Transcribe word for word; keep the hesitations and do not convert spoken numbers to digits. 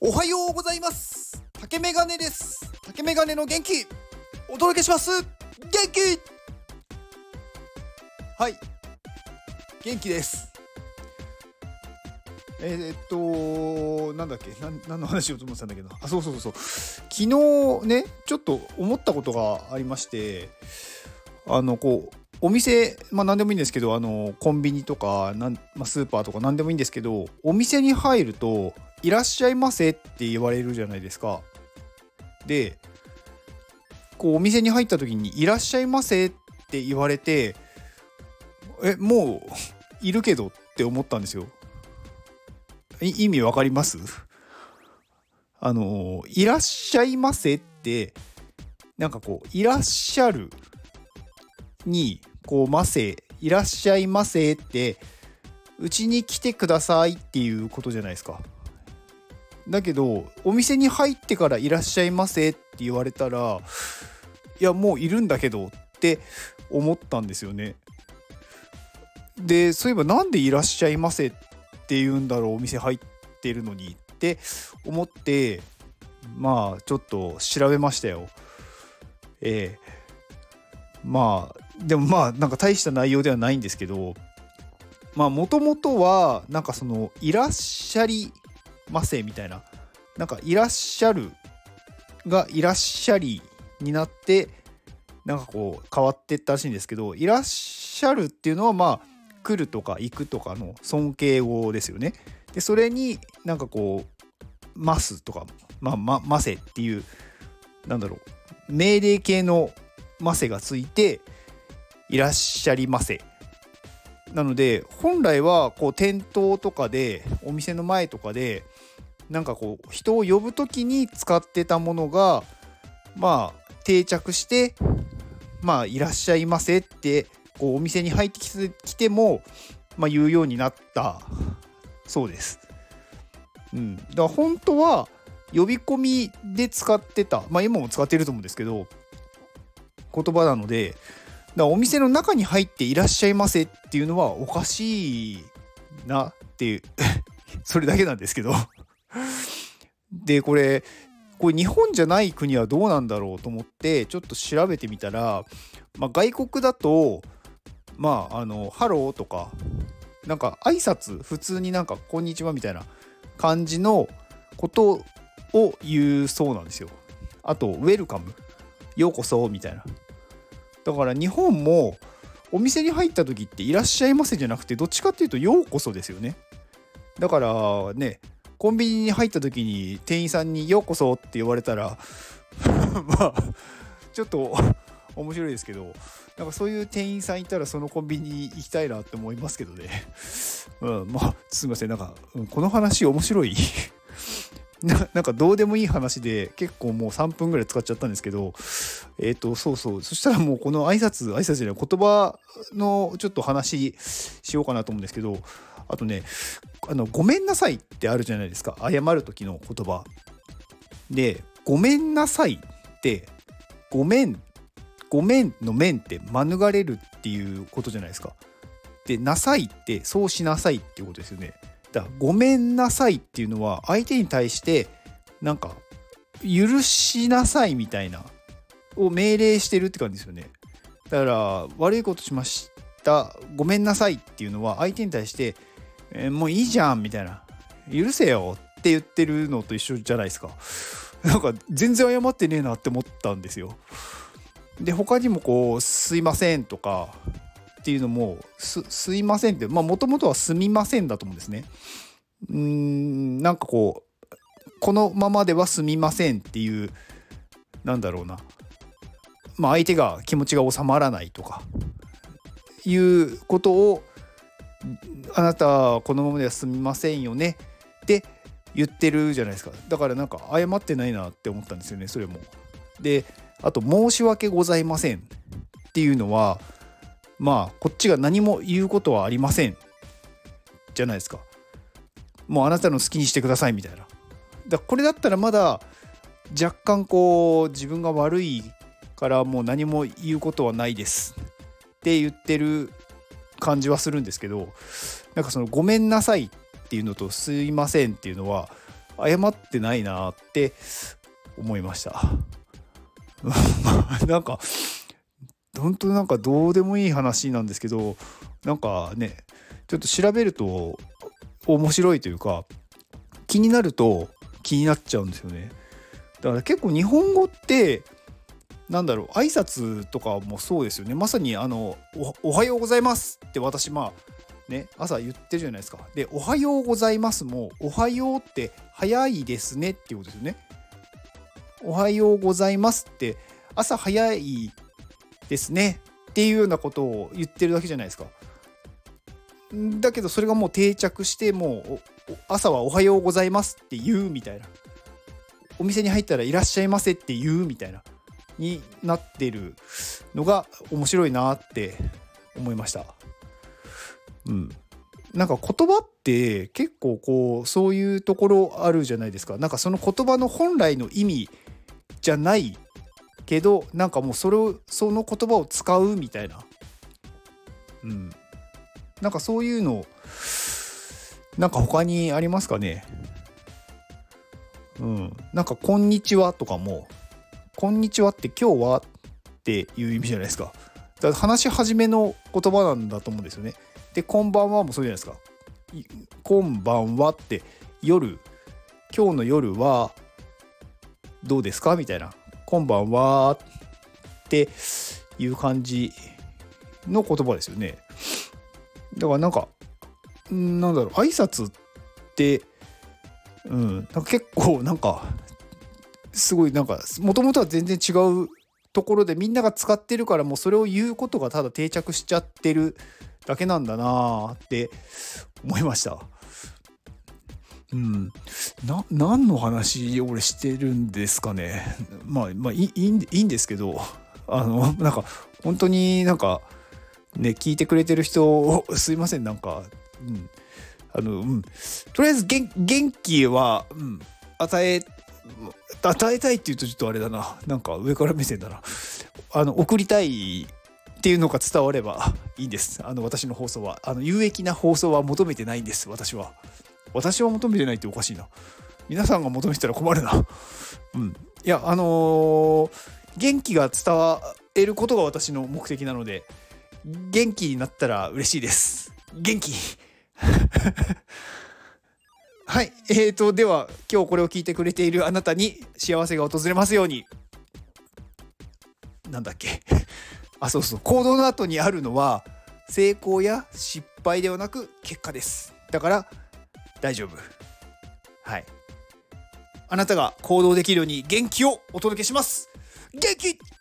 おはようございます。竹メガネです。竹メガネの元気お届けします。元気はい元気です。えー、っとなんだっけな何の話をと思ってたんだけど、あそうそうそう昨日ねちょっと思ったことがありまして、あのこうお店、まあ何でもいいんですけど、あのコンビニとかなん、まあ、スーパーとか何でもいいんですけど、お店に入るといらっしゃいませって言われるじゃないですか。でこうお店に入った時にいらっしゃいませって言われて、えもういるけどって思ったんですよ。意味わかります？あのいらっしゃいませってなんかこういらっしゃるにこうませいらっしゃいませってうちに来てくださいっていうことじゃないですか。だけどお店に入ってからいらっしゃいませって言われたら、いやもういるんだけどって思ったんですよね。でそういえばなんでいらっしゃいませって言うんだろうお店入ってるのにって思って、まあちょっと調べましたよ。ええまあでもまあなんか大した内容ではないんですけど、まあもともとはなんかそのいらっしゃりませみたいな、なんかいらっしゃるがいらっしゃりになってなんかこう変わってったらしいんですけど、いらっしゃるっていうのはまあ来るとか行くとかの尊敬語ですよね。でそれになんかこうますとかまあまませっていうなんだろう命令形のませがついていらっしゃりませなので、本来はこう店頭とかでお店の前とかでなんかこう人を呼ぶときに使ってたものがまあ定着して、まあいらっしゃいませってこうお店に入ってきてもまあ言うようになったそうです。うん、だから本当は呼び込みで使ってた、まあ今も使ってると思うんですけど言葉なので、だからお店の中に入っていらっしゃいませっていうのはおかしいなっていうそれだけなんですけどでこれこれ日本じゃない国はどうなんだろうと思ってちょっと調べてみたら、まあ、外国だとまああのハローとかなんか挨拶普通になんかこんにちはみたいな感じのことを言うそうなんですよ。あとウェルカムようこそみたいな。だから日本もお店に入った時っていらっしゃいませじゃなくてどっちかっていうとようこそですよね。だからねコンビニに入った時に店員さんにようこそって言われたらまあちょっと面白いですけど、なんかそういう店員さんいたらそのコンビニに行きたいなって思いますけどね。うん、まあすみませんなんか、うん、この話面白いな, なんかどうでもいい話で結構もうさんぷんぐらい使っちゃったんですけど、えっとそうそうそしたらもうこの挨拶挨拶じゃない言葉のちょっと話しようかなと思うんですけど、あとねあのごめんなさいってあるじゃないですか、謝る時の言葉で。ごめんなさいってごめんごめんの面って免れるっていうことじゃないですか。でなさいってそうしなさいっていうことですよね。だからごめんなさいっていうのは相手に対してなんか許しなさいみたいなを命令してるって感じですよね。だから悪いことしましたごめんなさいっていうのは相手に対して、えー、もういいじゃんみたいな許せよって言ってるのと一緒じゃないですか。なんか全然謝ってねえなって思ったんですよ。で他にもこうすいませんとかっていうのも す, すいませんってまあもともとはすみませんだと思うんですね。うーんなんかこうこのままではすみませんっていうなんだろうな、まあ相手が気持ちが収まらないとかいうことをあなたこのままではすみませんよねって言ってるじゃないですか。だからなんか謝ってないなって思ったんですよねそれも。であと申し訳ございませんっていうのはまあこっちが何も言うことはありませんじゃないですか。もうあなたの好きにしてくださいみたいな。だこれだったらまだ若干こう自分が悪いからもう何も言うことはないですって言ってる感じはするんですけど、なんかそのごめんなさいっていうのとすいませんっていうのは謝ってないなって思いましたなんか本当なんかどうでもいい話なんですけど、なんかねちょっと調べると面白いというか、気になると気になっちゃうんですよね。だから結構日本語ってなんだろう、挨拶とかもそうですよね。まさにあの お, おはようございますって私まあね朝言ってるじゃないですか。でおはようございますもおはようって早いですねっていうことですよね。おはようございますって朝早いですねっていうようなことを言ってるだけじゃないですか。だけどそれがもう定着して、もう朝はおはようございますって言うみたいな、お店に入ったらいらっしゃいませって言うみたいなになってるのが面白いなって思いました。うん。なんか言葉って結構こうそういうところあるじゃないですか。なんかその言葉の本来の意味じゃないけど、なんかもうそれをその言葉を使うみたいな、うん、なんかそういうのなんか他にありますかね。うん、なんかこんにちはとかも、こんにちはって今日はっていう意味じゃないですか。だから話し始めの言葉なんだと思うんですよね。でこんばんはもそうじゃないですか。こんばんはって夜、今日の夜はどうですかみたいな、こんばんはっていう感じの言葉ですよね。だからなんかなんだろう、挨拶って、うん、なんか結構なんかすごいなんかもともとは全然違うところでみんなが使ってるから、もうそれを言うことがただ定着しちゃってるだけなんだなって思いました。うん、な何の話を俺してるんですかね。まあまあいい、いいん、いいんですけど、あのなんか本当になんかね聞いてくれてる人すいません、なんか、うん、あの、うん、とりあえず 元, 元気は、うん、与え与えたいっていうとちょっとあれだな、なんか上から目線だな、あの送りたいっていうのが伝わればいいんです。あの私の放送はあの有益な放送は求めてないんです。私は私は求めてないっておかしいな。皆さんが求めてたら困るな。うん。いや、あのー、元気が伝わることが私の目的なので、元気になったら嬉しいです。元気はい。えーと、では、今日これを聞いてくれているあなたに幸せが訪れますように。なんだっけあ、そうそう。行動の後にあるのは、成功や失敗ではなく結果です。だから、大丈夫。はい。あなたが行動できるように元気をお届けします。元気